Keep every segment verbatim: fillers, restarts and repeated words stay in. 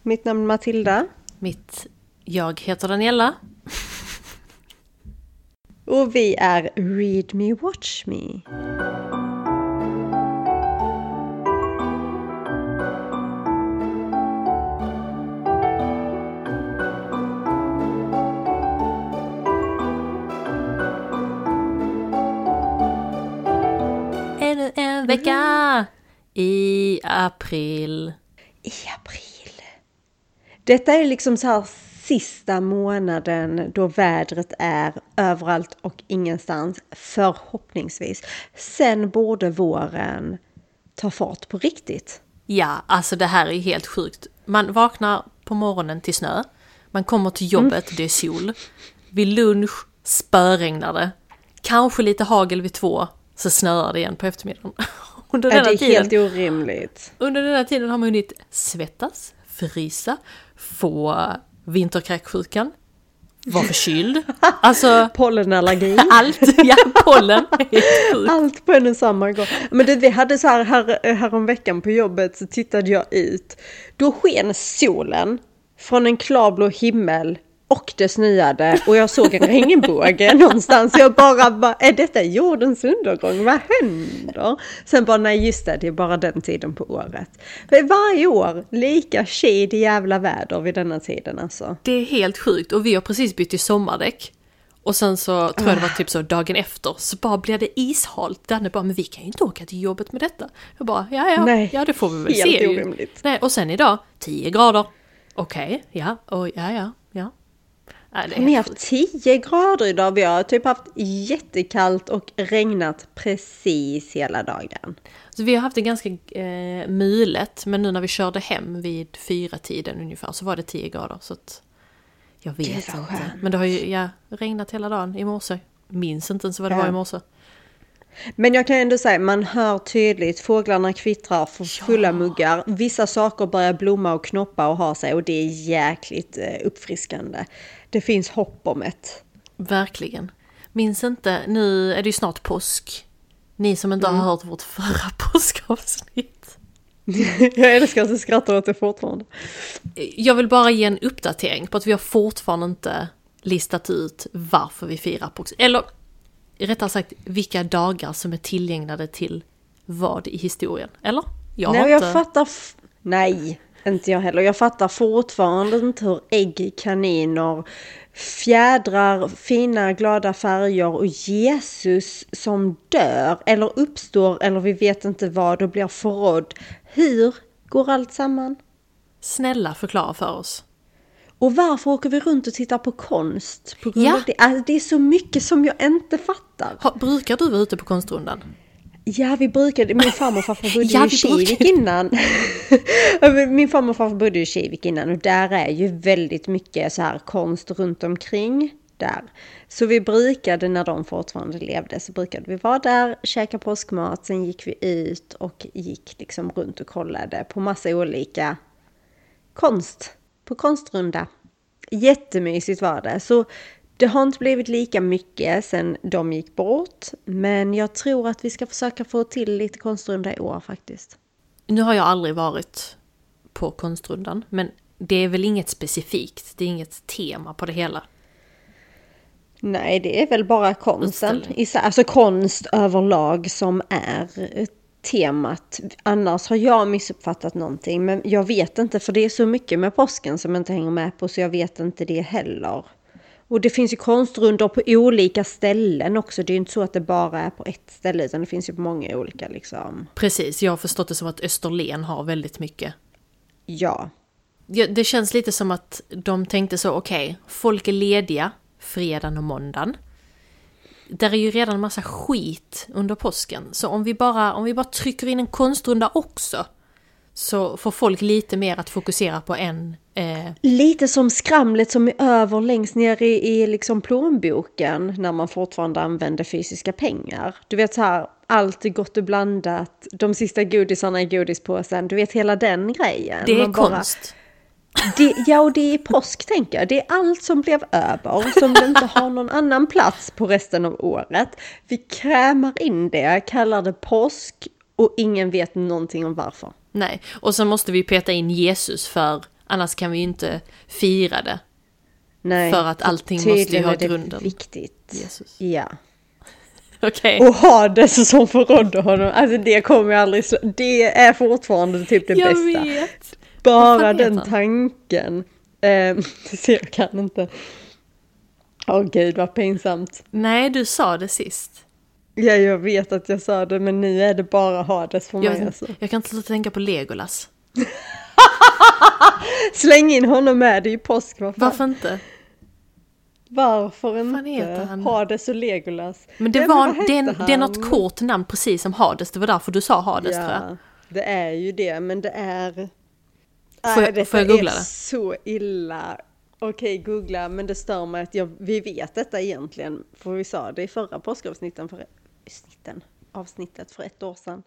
Mitt namn är Matilda. Mitt, jag heter Daniela. Och vi är Read Me, Watch Me. Ännu en vecka i april. I april. Detta är liksom så här sista månaden då vädret är överallt och ingenstans, förhoppningsvis. Sen borde våren ta fart på riktigt. Ja, alltså det här är helt sjukt. Man vaknar på morgonen till snö. Man kommer till jobbet, mm. det är sol. Vid lunch spöregnar det. Kanske lite hagel vid två, så snöar det igen på eftermiddagen. Under är det tiden, helt orimligt? Under den här tiden har man hunnit svettas, frysa, få vinterkräksjukan, vara förkyld. Alltså, pollenallergi. Allt, ja, pollen. Allt på en och samma gång. Men det, vi hade så här, här, här om veckan på jobbet så tittade jag ut. Då sken solen från en klarblå himmel och det snöade och jag såg en regnbåge någonstans. Jag bara, bara, är detta jordens undergång? Vad händer? Sen bara, nej just det, det är bara den tiden på året. För varje år, lika shady jävla väder vid denna tiden alltså. Det är helt sjukt och vi har precis bytt till sommardäck. Och sen så tror jag det var typ så dagen efter så bara blev det ishalt. Danne bara, men vi kan ju inte åka till jobbet med detta. Jag bara, ja ja, nej, ja det får vi väl helt se. Orimligt. Nej, och sen idag, tio grader. Okej, okay, ja, och ja ja, ja. Nej, vi har haft tio grader idag. Vi har typ haft jättekallt och regnat precis hela dagen. Så vi har haft det ganska eh, mulet. Men nu när vi körde hem vid fyra tiden ungefär så var det tio grader. Så att jag vet inte. Skönt. Men det har ju ja, regnat hela dagen i morse. Minns inte ens vad det ja. var i morse. Men jag kan ändå säga, man hör tydligt, fåglarna kvittrar för fulla ja. muggar. Vissa saker börjar blomma och knoppa och ha sig och det är jäkligt eh, uppfriskande. Det finns hopp om ett. Verkligen. Minns inte, nu är det ju snart påsk. Ni som inte mm. har hört vårt förra påskavsnitt. Jag älskar att du skrattar åt det fortfarande. Jag vill bara ge en uppdatering på att vi har fortfarande inte listat ut varför vi firar påsk. Eller rättare sagt, vilka dagar som är tillgängliga till vad i historien. Eller? Jag Nej, har jag inte... fattar... F- Nej, inte jag heller. Jag fattar fortfarande inte hur ägg, kaniner, fjädrar, fina, glada färger och Jesus som dör eller uppstår eller vi vet inte vad och blir förrådd. Hur går allt samman? Snälla förklara för oss. Och varför åker vi runt och tittar på konst? På grund ja. av det? Alltså, det är så mycket som jag inte fattar. Ha, brukar du vara ute på konstrundan? Ja, vi brukade. Min farmor och farfar bodde ja, i Kivik innan. Min farmor och farfar bodde i Kivik innan. Och där är ju väldigt mycket så här konst runt omkring där. Så vi brukade, när de fortfarande levde, så brukade vi vara där, käka påskmat. Sen gick vi ut och gick liksom runt och kollade på massa olika konst. På konstrunda. Jättemysigt var det. Så det har inte blivit lika mycket sen de gick bort. Men jag tror att vi ska försöka få till lite konstrunda i år faktiskt. Nu har jag aldrig varit på konstrundan. Men det är väl inget specifikt. Det är inget tema på det hela. Nej, det är väl bara konsten. Alltså konst överlag som är temat. Annars har jag missuppfattat någonting. Men jag vet inte, för det är så mycket med påsken som jag inte hänger med på. Så jag vet inte det heller. Och det finns ju konstrundor på olika ställen också. Det är ju inte så att det bara är på ett ställe, utan det finns ju på många olika liksom. Precis, jag har förstått det som att Österlen har väldigt mycket. Ja. Det känns lite som att de tänkte så, okej, okay, folk är lediga fredagen och måndagen. Där är ju redan en massa skit under påsken. Så om vi bara, om vi bara trycker in en konstrunda också, så får folk lite mer att fokusera på en... Eh... Lite som skramlet som är över längst ner i, i liksom plånboken när man fortfarande använder fysiska pengar. Du vet så här, allt är gott och blandat. De sista godisarna i godispåsen. Du vet hela den grejen. Det är man bara, konst. Det, ja, och det är påsk tänker jag. Det är allt som blev över. Som inte har någon annan plats på resten av året. Vi krämar in det, kallar det påsk och ingen vet någonting om varför. Nej, och så måste vi peta in Jesus för Annars kan vi ju inte fira det. Nej, för att allting måste ju ha grunden. Det är viktigt. Jesus. Ja. Okej. Okay. Och ha det som förrådde honom. Alltså det kommer jag aldrig slå. Det är fortfarande typ det jag bästa. Vet. Bara den tanken. Eh, så jag kan inte. Åh oh, gud vad pinsamt. Nej, du sa det sist. Ja, jag vet att jag sa det, men nu är det bara Hades för jag mig. Vet, alltså. Jag kan inte sluta tänka på Legolas. Släng in honom med, det är ju påsk. Varför, varför inte? Varför inte? Vad heter han? Hades och Legolas. Men det, ja, var, men det, är, det är något kort namn precis som Hades. Det var därför du sa Hades, ja, tror jag. Det är ju det, men det är... Får jag, Nej, får jag googla det? det? Så illa. Okej, googla, men det stör mig att jag, vi vet detta egentligen. För vi sa det i förra påskavsnitten för, snitten, avsnittet för ett år sedan.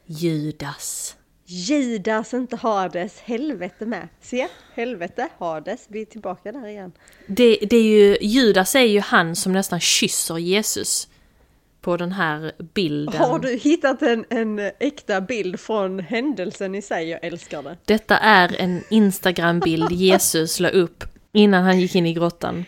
Judas. Judas, inte Hades, helvete med. Se, helvete, Hades, vi är tillbaka där igen. Det, det är ju, Judas är ju han som nästan kysser Jesus på den här bilden. Har du hittat en, en äkta bild från händelsen i sig? Jag älskar det. Detta är en Instagram-bild Jesus la upp innan han gick in i grottan.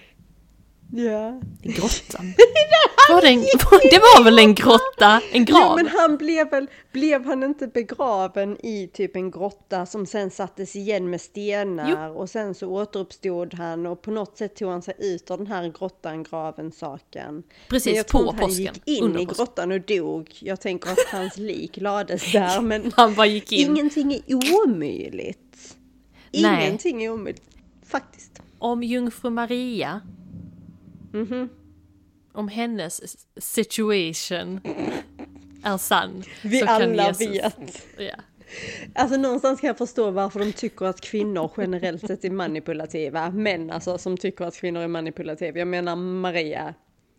Ja. I grottan? Var det, en, det var väl en grotta? En grav? Jo, men han blev väl, blev han inte begraven i typ en grotta som sen sattes igen med stenar jo. Och sen så återuppstod han och på något sätt tog han sig ut av den här grottan, graven, saken. Precis, jag på tror han påsken. gick in i grottan och dog. Jag tänker att hans lik lades där, men han bara gick in. Ingenting är omöjligt. Nej. Ingenting är omöjligt, faktiskt. Om Jungfru Maria... Mhm. Om hennes situation är sann. Vi så kan alla Jesus... vet. Ja. Alltså någonstans kan jag förstå varför de tycker att kvinnor generellt sett är manipulativa. Män alltså som tycker att kvinnor är manipulativa. Jag menar Maria.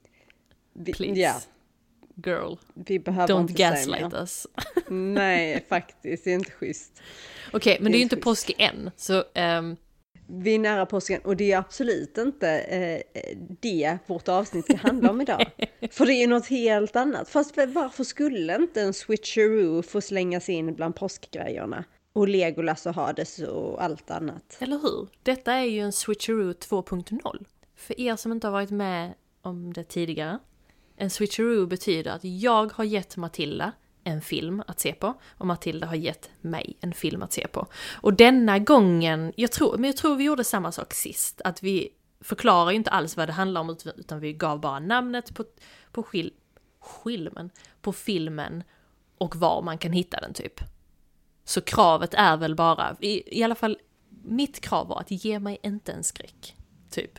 Vi, Please. Ja. Girl. Vi behöver Don't inte gaslight us. Nej, faktiskt. Det är inte schysst. Okej, okay, men det är ju inte schysst. påsk än. Så... Um... Vi är nära påsken och det är absolut inte eh, det vårt avsnitt ska handla om idag. För det är något helt annat. Fast varför skulle inte en switcheroo få slängas in bland påskgrejerna? Och Legolas och Hades och allt annat. Eller hur? Detta är ju en switcheroo två punkt noll. För er som inte har varit med om det tidigare. En switcheroo betyder att jag har gett Matilda en film att se på och Matilda har gett mig en film att se på. Och denna gången, jag tror, men jag tror vi gjorde samma sak sist, att vi förklarar ju inte alls vad det handlar om utan vi gav bara namnet på, på skil, skilmen, på filmen och var man kan hitta den typ. Så kravet är väl bara, i, i alla fall mitt krav var att ge mig inte en skräck, typ.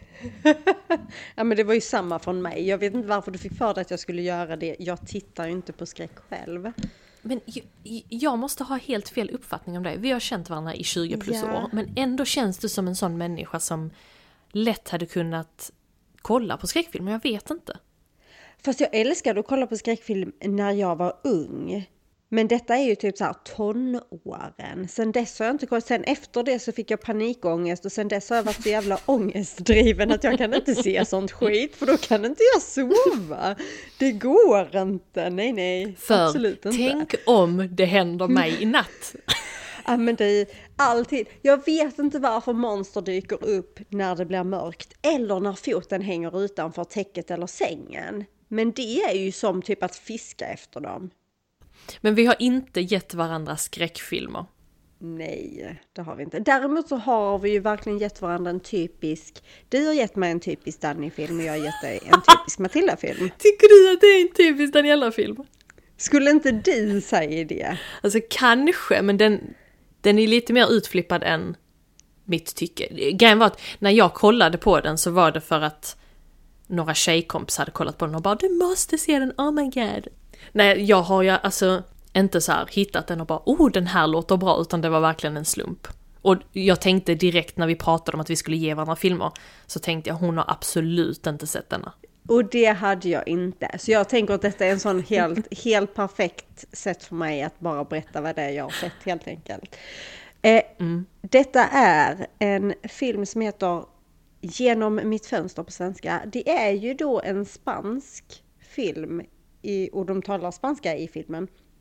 Ja, men det var ju samma från mig. Jag vet inte varför du fick för dig att jag skulle göra det. Jag tittar ju inte på skräck själv. Men jag, jag måste ha helt fel uppfattning om det. Vi har känt varandra i tjugo plus ja. år. Men ändå känns du som en sån människa som lätt hade kunnat kolla på skräckfilm. Jag vet inte. Fast jag älskade att kolla på skräckfilm när jag var ung. Men detta är ju typ så här tonåren. Sen dess har jag inte kollat. Sen efter det så fick jag panikångest. Och sen dess har jag varit så jävla ångestdriven att jag kan inte se sånt skit. För då kan inte jag sova. Det går inte. Nej, nej. För absolut inte. Tänk om det händer mig i natt. Ja, men det är alltid. Jag vet inte varför monster dyker upp när det blir mörkt. Eller när foten hänger utanför täcket eller sängen. Men det är ju som typ att fiska efter dem. Men vi har inte gett varandra skräckfilmer. Nej, det har vi inte. Däremot så har vi ju verkligen gett varandra en typisk... Du har gett mig en typisk Danny-film och jag har gett dig en typisk Matilda-film. Tycker du att det är en typisk Daniela-film? Skulle inte du säga det? Alltså kanske, men den, den är lite mer utflippad än mitt tycke. Grejen var att när jag kollade på den så var det för att några tjejkompisar hade kollat på den och bara du måste se den, oh my god. Nej, jag har ju alltså inte så här hittat den och bara, oh den här låter bra, utan det var verkligen en slump. Och jag tänkte direkt när vi pratade om att vi skulle ge varandra filmer, så tänkte jag, hon har absolut inte sett denna. Och det hade jag inte. Så jag tänker att detta är en sån helt, helt perfekt sätt för mig att bara berätta vad det är jag har sett helt enkelt. Eh, mm. Detta är en film som heter Genom mitt fönster på svenska. Det är ju då en spansk film. I, och de talar spanska i filmen.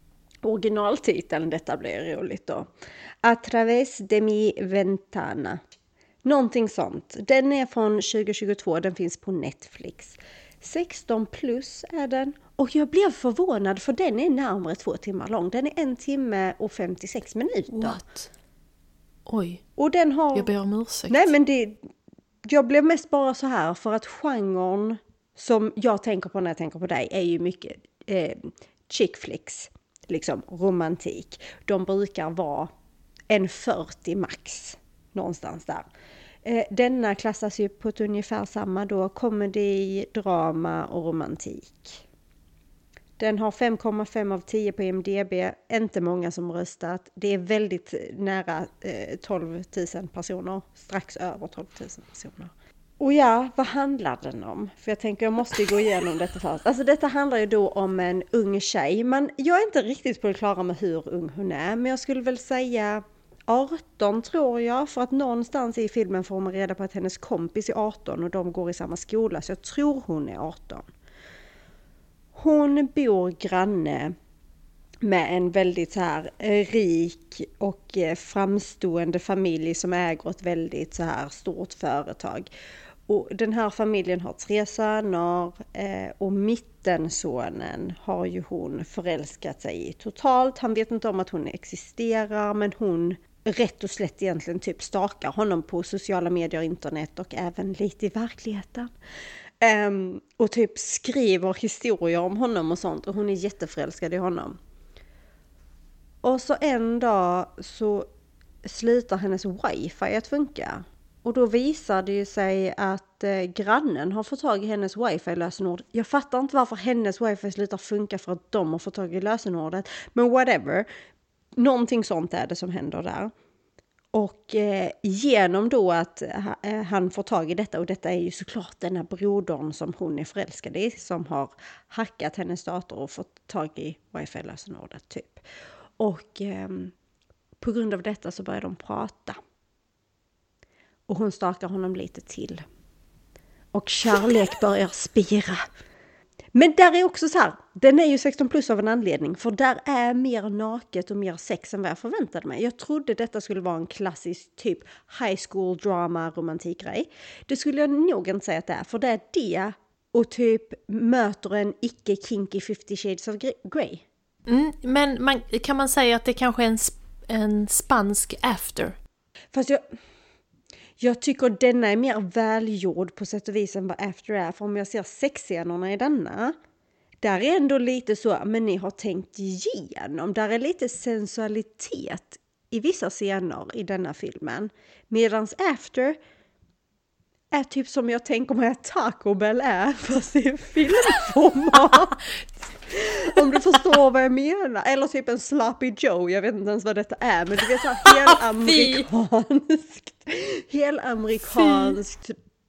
originaltiteln, detta blir roligt då. A través de mi ventana. Någonting sånt. Den är från tjugo tjugotvå, den finns på Netflix. sexton plus är den. Och jag blev förvånad för den är närmare två timmar lång. Den är en timme och femtiosex minuter. What? Oj, och den har... jag ber om ursäkt. Nej, men det... Jag blev mest bara så här för att genren som jag tänker på när jag tänker på dig är ju mycket eh, chick flicks. Liksom romantik. De brukar vara en fyrtio max. Någonstans där. Eh, denna klassas ju på ett ungefär samma då. Komedi, drama och romantik. Den har fem komma fem av tio på I M D B. Inte många som röstat. Det är väldigt nära eh, tolv tusen personer. Strax över tolv tusen personer. Och ja, vad handlar den om? För jag tänker jag måste gå igenom detta först. Alltså detta handlar ju då om en ung tjej. Men jag är inte riktigt på det klara med hur ung hon är. Men jag skulle väl säga arton tror jag. För att någonstans i filmen får man reda på att hennes kompis är arton. Och de går i samma skola. Så jag tror hon är arton. Hon bor granne med en väldigt så här rik och framstående familj som äger ett väldigt så här stort företag. Och den här familjen har tre söner och mittensonen har ju hon förälskat sig i totalt. Han vet inte om att hon existerar, men hon rätt och slätt egentligen typ stakar honom på sociala medier, internet och även lite i verkligheten. Um, och typ skriver historier om honom och sånt. Och hon är jätteförälskad i honom. Och så en dag så slutar hennes wifi att funka. Och då visar det ju sig att eh, grannen har fått tag i hennes wifi-lösenord. Jag fattar inte varför hennes wifi slutar funka för att de har fått tag i lösenordet. Men whatever. Någonting sånt är det som händer där. Och eh, genom då att eh, han får tag i detta, och detta är ju såklart den här brodern som hon är förälskad i, som har hackat hennes dator och fått tag i wifi-lösenordet typ. Och eh, på grund av detta så börjar de prata. Och hon stakar honom lite till. Och kärlek börjar spira. Men där är också så här, den är ju sexton plus av en anledning. För där är mer naket och mer sex än vad jag förväntade mig. Jag trodde detta skulle vara en klassisk typ high school drama romantikgrej. Det skulle jag nog inte säga att det är. För det är det och typ möter en icke-kinky fifty shades of Grey. Mm, men man, kan man säga att det kanske är en, en spansk after? Fast jag... Jag tycker denna är mer välgjord på sätt och vis än vad After är. För om jag ser sexscenerna i denna, där är ändå lite så, men ni har tänkt igenom. Där är lite sensualitet i vissa scener i denna filmen. Medans After är typ som jag tänker mig att Taco Bell är, fast i filmformat. Om du förstår vad jag menar. Eller typ en Sloppy Joe. Jag vet inte ens vad detta är. Men du vet så här helamerikanskt. Helamerikanskt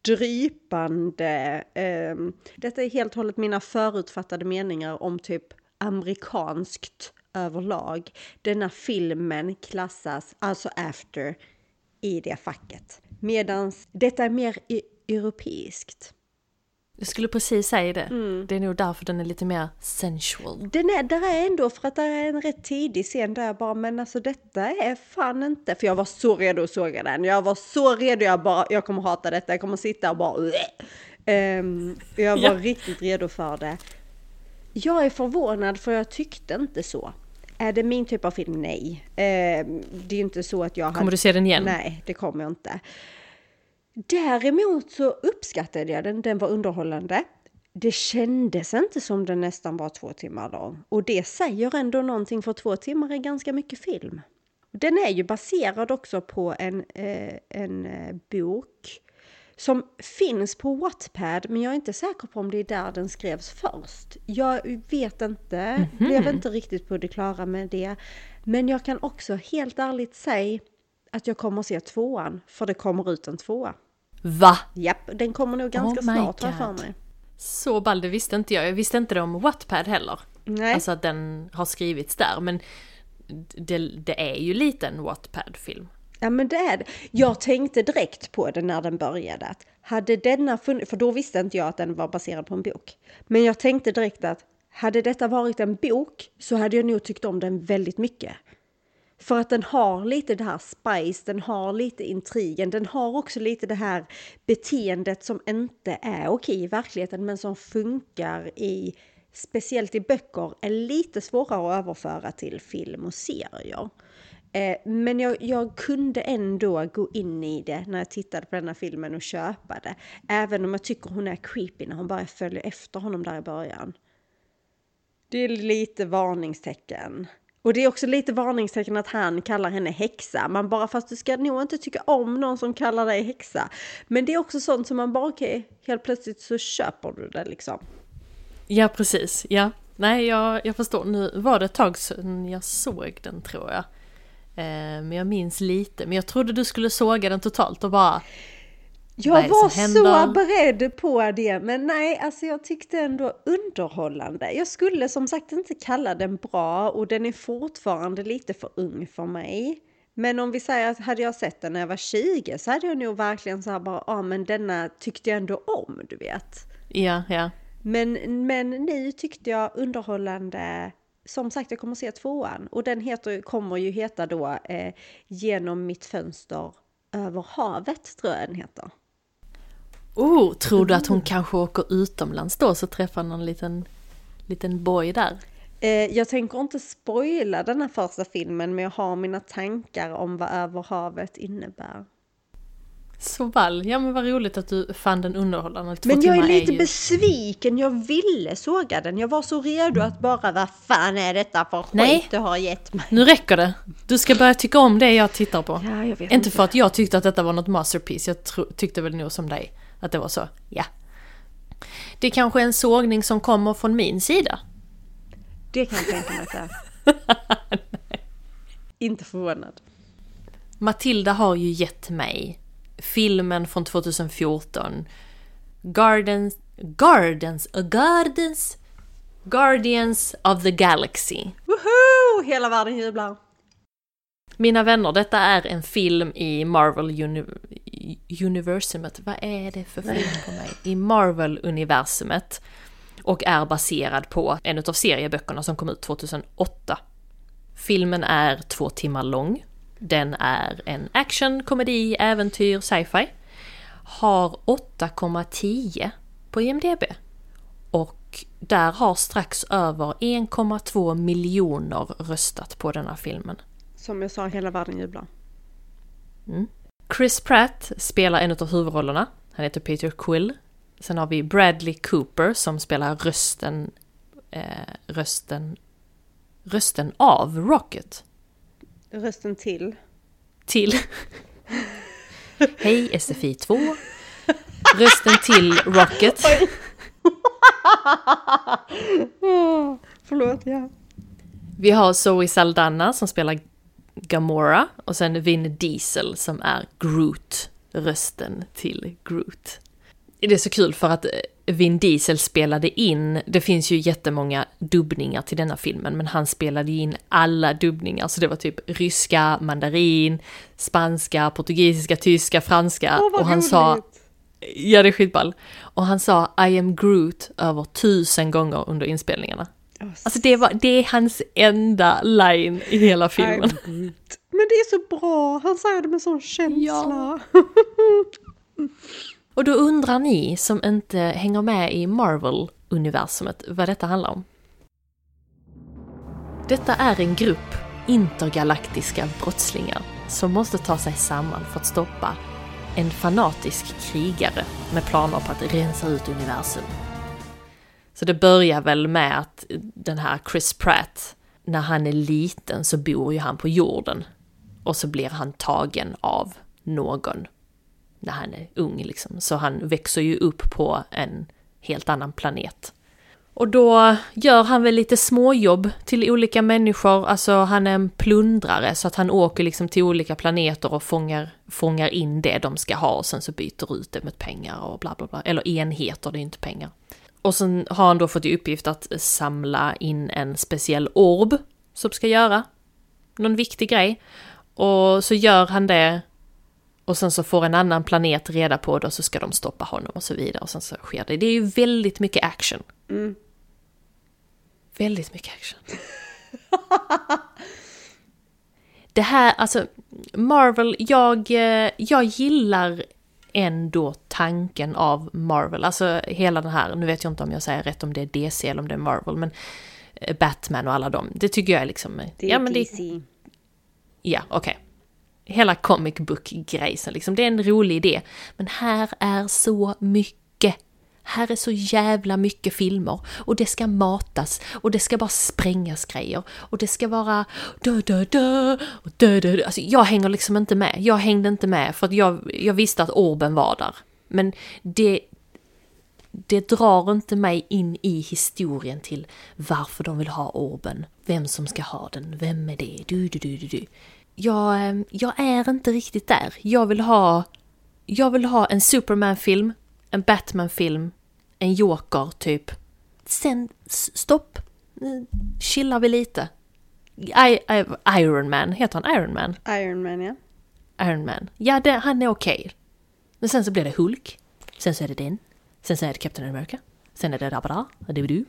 drypande. Um, detta är helt och hållet mina förutfattade meningar om typ amerikanskt överlag. Denna filmen klassas alltså After i det facket. Medan detta är mer e- europeiskt. Jag skulle precis säga det. Mm. Det är nog därför den är lite mer sensual. Den är, där är ändå, för att det är en rätt tidig scen där jag bara, men alltså detta är fan inte. För jag var så redo att såga den. Jag var så redo, jag bara, jag kommer hata detta. Jag kommer sitta och bara... Um, jag var ja. riktigt redo för det. Jag är förvånad för jag tyckte inte så. Är det min typ av film? Nej. Um, det är ju inte så att jag... Kommer hade... du se den igen? Nej, det kommer jag inte. Däremot så uppskattade jag den, den var underhållande. Det kändes inte som den nästan var två timmar lång. Och det säger ändå någonting, för två timmar är ganska mycket film. Den är ju baserad också på en, eh, en eh, bok som finns på Wattpad, men jag är inte säker på om det är där den skrevs först. Jag vet inte, mm-hmm. blev inte riktigt på det klara med det. Men jag kan också helt ärligt säga att jag kommer att se tvåan, för det kommer ut en tvåa. Va? Japp, den kommer nog ganska oh snart här för mig. Så ball, det visste inte jag. Jag visste inte det om Wattpad heller. Nej. Alltså att den har skrivits där, men det, det är ju lite en Wattpad-film. Ja, men det är det. Jag tänkte direkt på det när den började. Att hade denna funnits, för då visste inte jag att den var baserad på en bok. Men jag tänkte direkt att hade detta varit en bok så hade jag nog tyckt om den väldigt mycket. För att den har lite det här spice, den har lite intrigen, den har också lite det här beteendet som inte är okej i verkligheten men som funkar i, speciellt i böcker, är lite svårare att överföra till film och serier. Eh, men jag, jag kunde ändå gå in i det när jag tittade på den här filmen och köpa det. Även om jag tycker hon är creepy när hon bara följer efter honom där i början. Det är lite varningstecken. Och det är också lite varningstecken att han kallar henne häxa. Man bara, fast du ska nog inte tycka om någon som kallar dig häxa. Men det är också sånt som man bara, okej, okay, helt plötsligt så köper du det liksom. Ja, precis. Ja. Nej, jag, jag förstår. Nu var det ett tag sedan jag såg den, tror jag. Eh, men jag minns lite. Men jag trodde du skulle såga den totalt och bara... Jag var så beredd på det, men nej, alltså jag tyckte ändå underhållande. Jag skulle som sagt inte kalla den bra och den är fortfarande lite för ung för mig. Men om vi säger att hade jag sett den när jag var tjugo så hade jag nog verkligen så här bara, ja ah, men denna tyckte jag ändå om, du vet. Ja, ja. Men, men nu tyckte jag underhållande, som sagt jag kommer att se tvåan. Och den heter, kommer ju heta då eh, Genom mitt fönster över havet, tror jag den heter. Oh, tror du att hon kanske åker utomlands då så träffar någon liten, liten boy där? Eh, jag tänker inte spoila den här första filmen, men jag har mina tankar om vad Över havet innebär. Så väl, ja men vad roligt att du fann den underhållande. Men jag är lite är ju... besviken, jag ville såga den. Jag var så redo att bara, vad fan är detta för skit Nej. du har gett mig? Nu räcker det. Du ska börja tycka om det jag tittar på. Ja, jag vet inte, inte för att jag tyckte att detta var något masterpiece. Jag tro, tyckte väl nog som dig att det var så, ja. Det är kanske en sågning som kommer från min sida. Det kan jag tänka mig så. Inte förvånad. Matilda har ju gett mig filmen från tjugohundrafjorton, Gardens, Gardens, uh, Gardens, Guardians of the Galaxy. Woho! Hela världen jublar. Mina vänner, detta är en film i Marvel uni- Universumet. Vad är det för film på mig? I Marvel-universumet. Och är baserad på en av serieböckerna som kom ut tjugohundraåtta. Filmen är två timmar lång. Den är en action, komedi, äventyr, sci-fi. Har åtta komma tio på I M D B. Och där har strax över en komma två miljoner röstat på den här filmen. Som jag sa, hela världen jublar. Mm. Chris Pratt spelar en av huvudrollerna. Han heter Peter Quill. Sen har vi Bradley Cooper som spelar rösten, eh, rösten, rösten av Rocket. Rösten till. Till. Hej S F I två. Rösten till Rocket. oh, förlåt, ja. Vi har Zoe Saldana som spelar Gamora. Och sen Vin Diesel som är Groot. Rösten till Groot. Det är så kul för att Vin Diesel spelade in, det finns ju jättemånga dubbningar till denna filmen, men han spelade in alla dubbningar, så det var typ ryska, mandarin, spanska, portugisiska, tyska, franska. Oh, och han roligt. sa, ja det är skitball, och han sa I am Groot över tusen gånger under inspelningarna. Oh, alltså det, var, det är hans enda line i hela filmen. Men det är så bra, han säger det med sån känsla. Ja. Och då undrar ni som inte hänger med i Marvel-universumet vad detta handlar om. Detta är en grupp intergalaktiska brottslingar som måste ta sig samman för att stoppa en fanatisk krigare med planer på att rensa ut universum. Så det börjar väl med att den här Chris Pratt, när han är liten så bor ju han på jorden. Och så blir han tagen av någon när han är ung liksom. Så han växer ju upp på en helt annan planet. Och då gör han väl lite småjobb till olika människor. Alltså han är en plundrare så att han åker liksom till olika planeter och fångar, fångar in det de ska ha. Och sen så byter ut det mot pengar och bla bla bla. Eller enheter, det är inte pengar. Och sen har han då fått i uppgift att samla in en speciell orb som ska göra någon viktig grej. Och så gör han det. Och sen så får en annan planet reda på det och så ska de stoppa honom och så vidare. Och sen så sker det. Det är ju väldigt mycket action. Mm. Väldigt mycket action. Det här, alltså Marvel, jag, jag gillar ändå tanken av Marvel. Alltså hela den här, nu vet jag inte om jag säger rätt om det är D C eller om det är Marvel, men Batman och alla dem. Det tycker jag är liksom... Det är ja, men D C. Det, ja, okej. Okay. Hela comic book-grejsen, liksom. Det är en rolig idé. Men här är så mycket. Här är så jävla mycket filmer. Och det ska matas. Och det ska bara sprängas grejer. Och det ska vara... Dö, dö, dö, och dö, dö, dö. Alltså, jag hänger liksom inte med. Jag hängde inte med för att jag, jag visste att orben var där. Men det... Det drar inte mig in i historien till varför de vill ha orben. Vem som ska ha den. Vem är det? Du, du, du, du, du. Jag, jag är inte riktigt där. Jag vill ha, jag vill ha en Superman-film, en Batman-film, en Joker typ. Sen, stopp. Nu chillar vi lite. I, I, Iron Man, heter han Iron Man? Iron Man, ja. Iron Man. Ja, det, han är okej. Okay. Men sen så blir det Hulk. Sen så är det den. Sen så är det Captain America. Sen är det Rabada. Och det är du.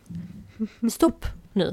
Stopp nu.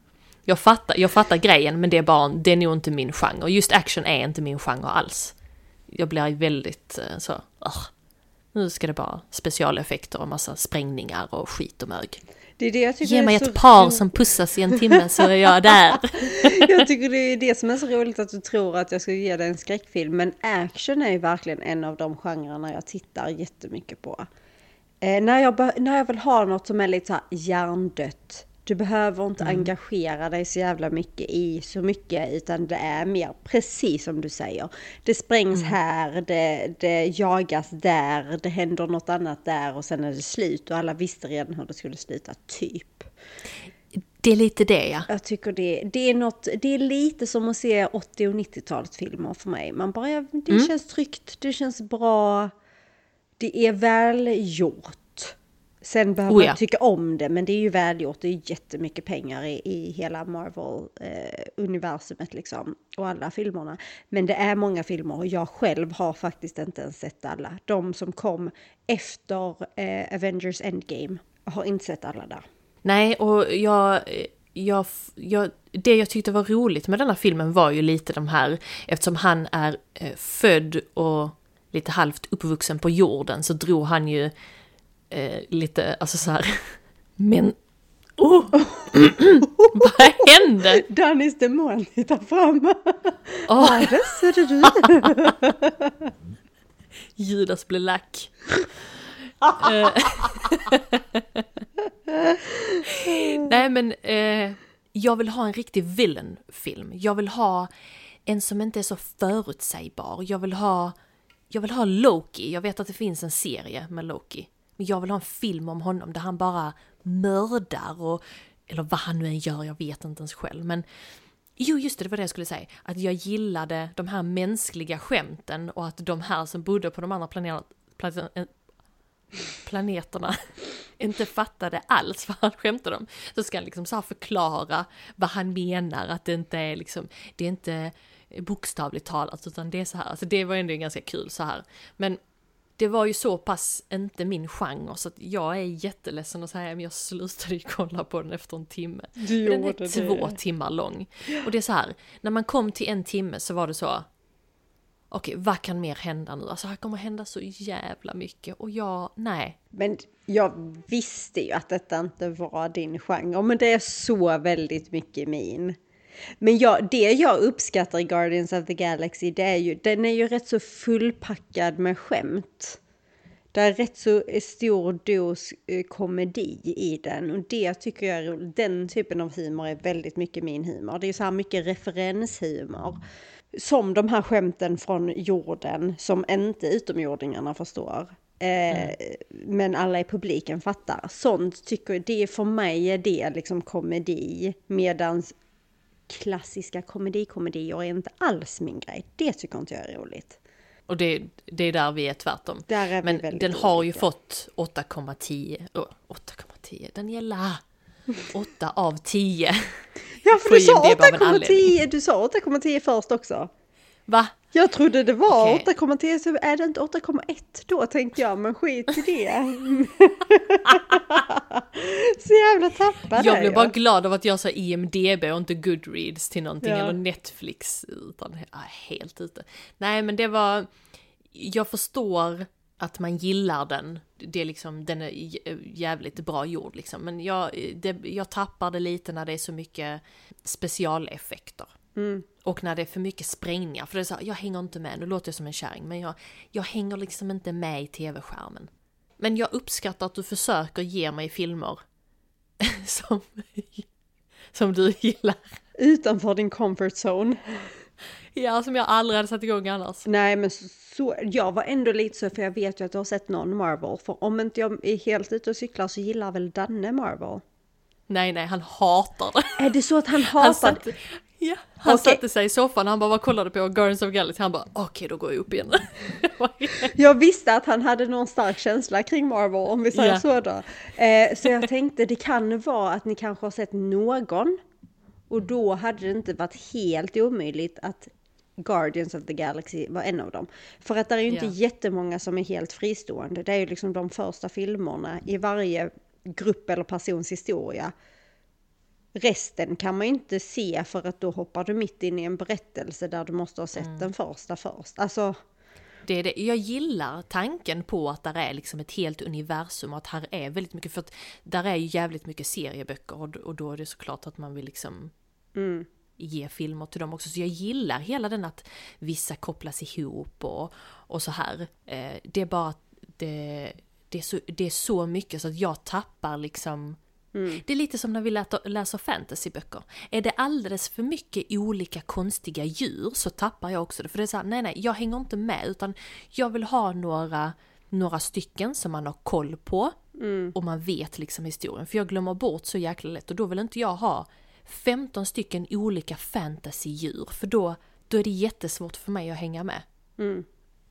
Jag fattar, jag fattar grejen, men det är bara, det är nog inte min genre. Just action är inte min genre alls. Jag blir väldigt så, uh, nu ska det bara specialeffekter och massa sprängningar och skit och mög. Det är det jag tycker Ge mig är ett så par ro... som pussas i en timme så är jag där. Jag tycker det är det som är så roligt att du tror att jag ska ge dig en skräckfilm. Men action är ju verkligen en av de genrerna jag tittar jättemycket på. Eh, när, jag be- när jag vill ha något som är lite så här hjärndött. Du behöver inte mm. engagera dig så jävla mycket i så mycket, utan det är mer precis som du säger. Det sprängs mm. här, det, det jagas där, det händer något annat där och sen är det slut och alla visste redan hur det skulle sluta, typ. Det är lite det, ja. Jag tycker det, det är något, det är lite som att se åttio- och nittiotalsfilmer för mig. Man bara, ja, det mm. känns tryggt, det känns bra, det är välgjort. Sen behöver oh ja. man tycka om det, men det är ju välgjort. Det är jättemycket pengar i, i hela Marvel-universumet eh, liksom. Och alla filmerna. Men det är många filmer och jag själv har faktiskt inte ens sett alla. De som kom efter eh, Avengers Endgame har inte sett alla där. Nej, och jag, jag, jag, det jag tyckte var roligt med den här filmen var ju lite de här, eftersom han är eh, född och lite halvt uppvuxen på jorden, så drog han ju Eh, lite, alltså så här, men oh, vad hände? Dannys demon tittar fram. Oh. Ja, det ser du. Judas blev lack. Nej, men eh, jag vill ha en riktig villain-film. Jag vill ha en som inte är så förutsägbar. Jag vill ha, jag vill ha Loki. Jag vet att det finns en serie med Loki. Men jag vill ha en film om honom där han bara mördar och, eller vad han nu än gör, jag vet inte ens själv. Men jo, just det, det var det jag skulle säga. Att jag gillade de här mänskliga skämten och att de här som bodde på de andra planet, planet, planeterna inte fattade alls vad han skämtade om. Så ska han liksom så här förklara vad han menar, att det inte är liksom, det är inte bokstavligt talat, utan det är så här. Alltså det var ändå ganska kul så här. Men det var ju så pass inte min genre, så att jag är jätteledsen att säga, men jag slutade ju kolla på den efter en timme. Du den är det. två timmar lång. Och det är så här, när man kom till en timme så var det så, okej, vad kan mer hända nu? Alltså här kommer hända så jävla mycket. Och jag, nej. Men jag visste ju att detta inte var din genre, men det är så väldigt mycket min. Men jag, det jag uppskattar i Guardians of the Galaxy, det är ju, den är ju rätt så fullpackad med skämt. Det är rätt så stor dos eh, komedi i den. Och det tycker jag är roligt. Den typen av humor är väldigt mycket min humor. Det är så här mycket referenshumor. Som de här skämten från jorden som inte utomjordingarna förstår. Eh, mm. Men alla i publiken fattar. Sånt tycker jag, det för mig är det liksom komedi. Medans klassiska komedikomedier är inte alls min grej. Det tycker inte jag är roligt. Och det, det är där vi är tvärtom. Där är Men vi den har olika. ju fått åtta komma tio. Oh, åtta komma tio, Daniela. åtta av tio. Ja, för du sa åtta komma tio. Du sa åtta komma tio först också. Va? Jag trodde det var Okej. åtta komma tre, så är det inte åtta komma ett då, tänkte jag, men skit i det. Så jävla tappad Jag är blev bara glad av att jag sa I M D B och inte Goodreads till någonting, Ja. eller Netflix, utan ja, helt ute. Nej, men det var, jag förstår att man gillar den, det är liksom, den är jävligt bra gjord liksom, men jag, det, jag tappar det lite när det är så mycket specialeffekter. Mm. Och när det är för mycket sprängningar, för det är så här, jag hänger inte med, nu låter jag som en kärring, men jag, jag hänger liksom inte med i tv-skärmen. Men jag uppskattar att du försöker ge mig filmer som, som du gillar. Utanför din comfort zone. Ja, som jag aldrig hade satt igång annars. Nej, men så, så, jag var ändå lite så, för jag vet ju att du har sett någon Marvel. För om inte jag är helt ute och cyklar så gillar väl Danne Marvel? Nej, nej, han hatar det. Är det så att han hatar? Han satte, ja, han Okej. satte sig i soffan, han bara kollade på Guardians of Galaxy, han bara okej, okay, då går jag upp igen. Jag visste att han hade någon stark känsla kring Marvel, om vi säger Ja. så då. Eh, så jag tänkte det kan vara att ni kanske har sett någon. Och då hade det inte varit helt omöjligt att Guardians of the Galaxy var en av dem. För att det är ju inte Ja. jättemånga som är helt fristående. Det är ju liksom de första filmerna i varje grupp eller persons historia. Resten kan man ju inte se, för att då hoppar du mitt in i en berättelse där du måste ha sett Mm. den första först. Alltså, Det är det. Jag gillar tanken på att där är liksom ett helt universum, att här är väldigt mycket, för att där är ju jävligt mycket serieböcker, och, och då är det såklart att man vill liksom mm, ge filmer till dem också. Så jag gillar hela den att vissa kopplas ihop och, och så här. Eh, det är bara att det, det, är så, det är så mycket så att jag tappar liksom. mm. Det är lite som när vi läser, läser fantasyböcker. Är det alldeles för mycket olika konstiga djur så tappar jag också det. För det är så här, nej nej, jag hänger inte med, utan jag vill ha några, några stycken som man har koll på. Mm. Och man vet liksom historien. För jag glömmer bort så jäkla lätt, och då vill inte jag ha femton stycken olika fantasydjur. För då, då är det jättesvårt för mig att hänga med. Mm.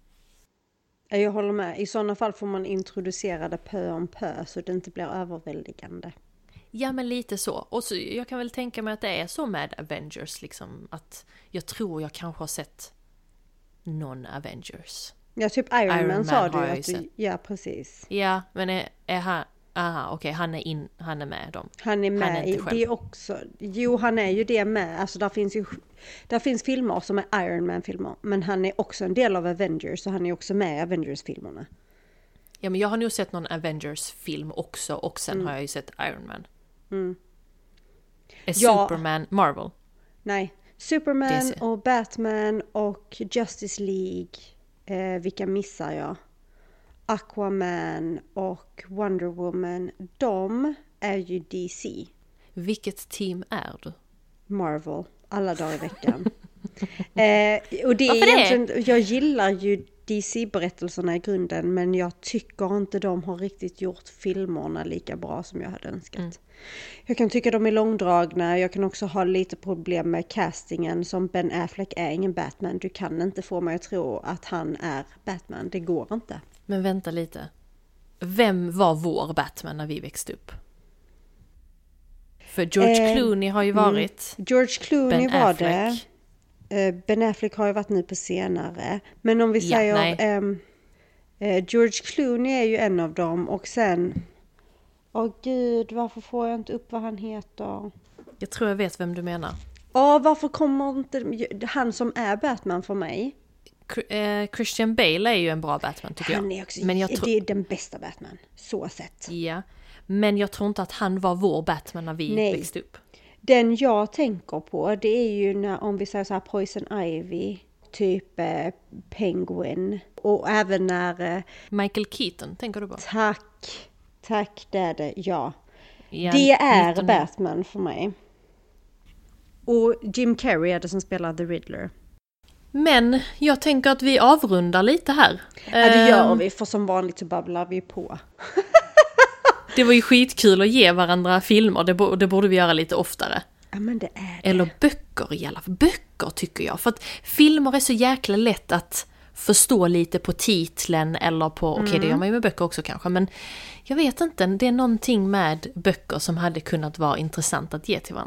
Jag håller med. I sådana fall får man introducera det pö om pö så det inte blir överväldigande. Ja, men lite så. Och så, jag kan väl tänka mig att det är så med Avengers, liksom, att jag tror jag kanske har sett någon Avengers. Ja, typ Iron, Iron Man, Man sa du har jag att ju du... sett. Ja, precis. Ja, men är, är han... Aha, okej, okay, han är in, han är med dem. Han är med Han är inte i... själv. Det är också... Jo, han är ju det med. Alltså, där finns ju... Där finns filmer som är Iron Man-filmer. Men han är också en del av Avengers. Så han är också med i Avengers-filmerna. Ja, men jag har nog sett någon Avengers-film också, och sen Mm. har jag ju sett Iron Man. Mm. Är Ja. Superman Marvel? Nej. Superman D C. och Batman och Justice League. Eh, vilka missar jag? Aquaman och Wonder Woman. De är ju D C. Vilket team är du? Marvel. Alla dagar i veckan. eh, och det är Varför det? egentligen... Jag gillar ju D C-berättelserna i grunden. Men jag tycker inte de har riktigt gjort filmerna lika bra som jag hade önskat. Mm. Jag kan tycka de är långdragna. Jag kan också ha lite problem med castingen. Som Ben Affleck är ingen Batman. Du kan inte få mig att tro att han är Batman. Det går inte. Men vänta lite. Vem var vår Batman när vi växte upp? För George Eh, Clooney har ju varit George Clooney Ben var Affleck. det. Eh, Ben Affleck har ju varit nu på senare. Men om vi Ja, säger... nej. ehm, eh, George Clooney är ju en av dem. Och sen... Åh gud, varför får jag inte upp vad han heter? Jag tror jag vet vem du menar. Åh, varför kommer inte... Han som är Batman för mig. Cr- eh, Christian Bale är ju en bra Batman tycker jag. Han är också... Men jag tro- Det är den bästa Batman. Så sett. Ja. Men jag tror inte att han var vår Batman när vi Nej. växte upp. Den jag tänker på, det är ju när, om vi säger så här, Poison Ivy, typ eh, Penguin. Och även när, eh, Michael Keaton, tänker du på? tack, tack det är det, ja. Ja, det är nitton Batman för mig. Och Jim Carrey är det som spelar The Riddler. Men jag tänker att vi avrundar lite här. Ja, det gör Ehm, vi, för som vanligt så babblar vi på. Det var ju skitkul att ge varandra filmer, det, bo- det borde vi göra lite oftare. Ja, men det är det. Eller böcker i alla fall. Böcker tycker jag. För att filmer är så jäkla lätt att förstå lite på titeln eller på, okej okay, det gör man ju med böcker också kanske, men jag vet inte, det är någonting med böcker som hade kunnat vara intressant att ge till varandra.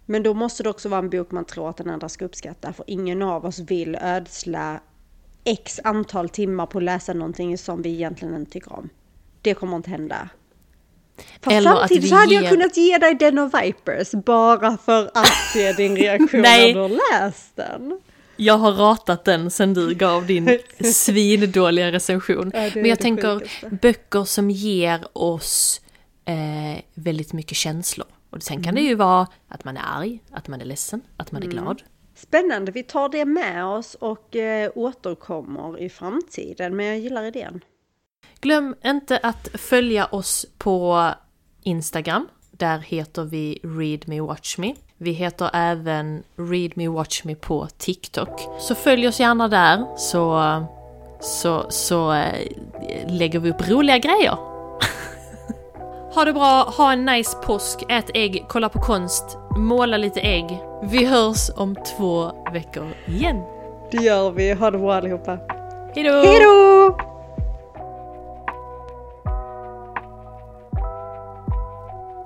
Men då måste det också vara en bok man tror att den andra ska uppskatta. För ingen av oss vill ödsla x antal timmar på att läsa någonting som vi egentligen inte tycker om. Det kommer inte hända. Fast Eller samtidigt att så hade ger... jag kunnat ge dig Den of Vipers bara för att se din reaktion när du har läst den. Jag har ratat den sen du gav din svindåliga recension. Ja, men jag tänker sjukaste. Böcker som ger oss eh, väldigt mycket känslor. Och sen kan mm. det ju vara att man är arg, att man är ledsen, att man är glad. Mm. Spännande, vi tar det med oss och eh, återkommer i framtiden. Men jag gillar idén. Glöm inte att följa oss på Instagram. Där heter vi Read Me Watch Me. Vi heter även Read Me Watch Me på TikTok. Så följ oss gärna där så, så, så äh, lägger vi upp roliga grejer. Ha det bra, ha en nice påsk, ät ägg, kolla på konst, måla lite ägg. Vi hörs om två veckor igen. Det gör vi, ha det bra allihopa. Hejdå! Hejdå!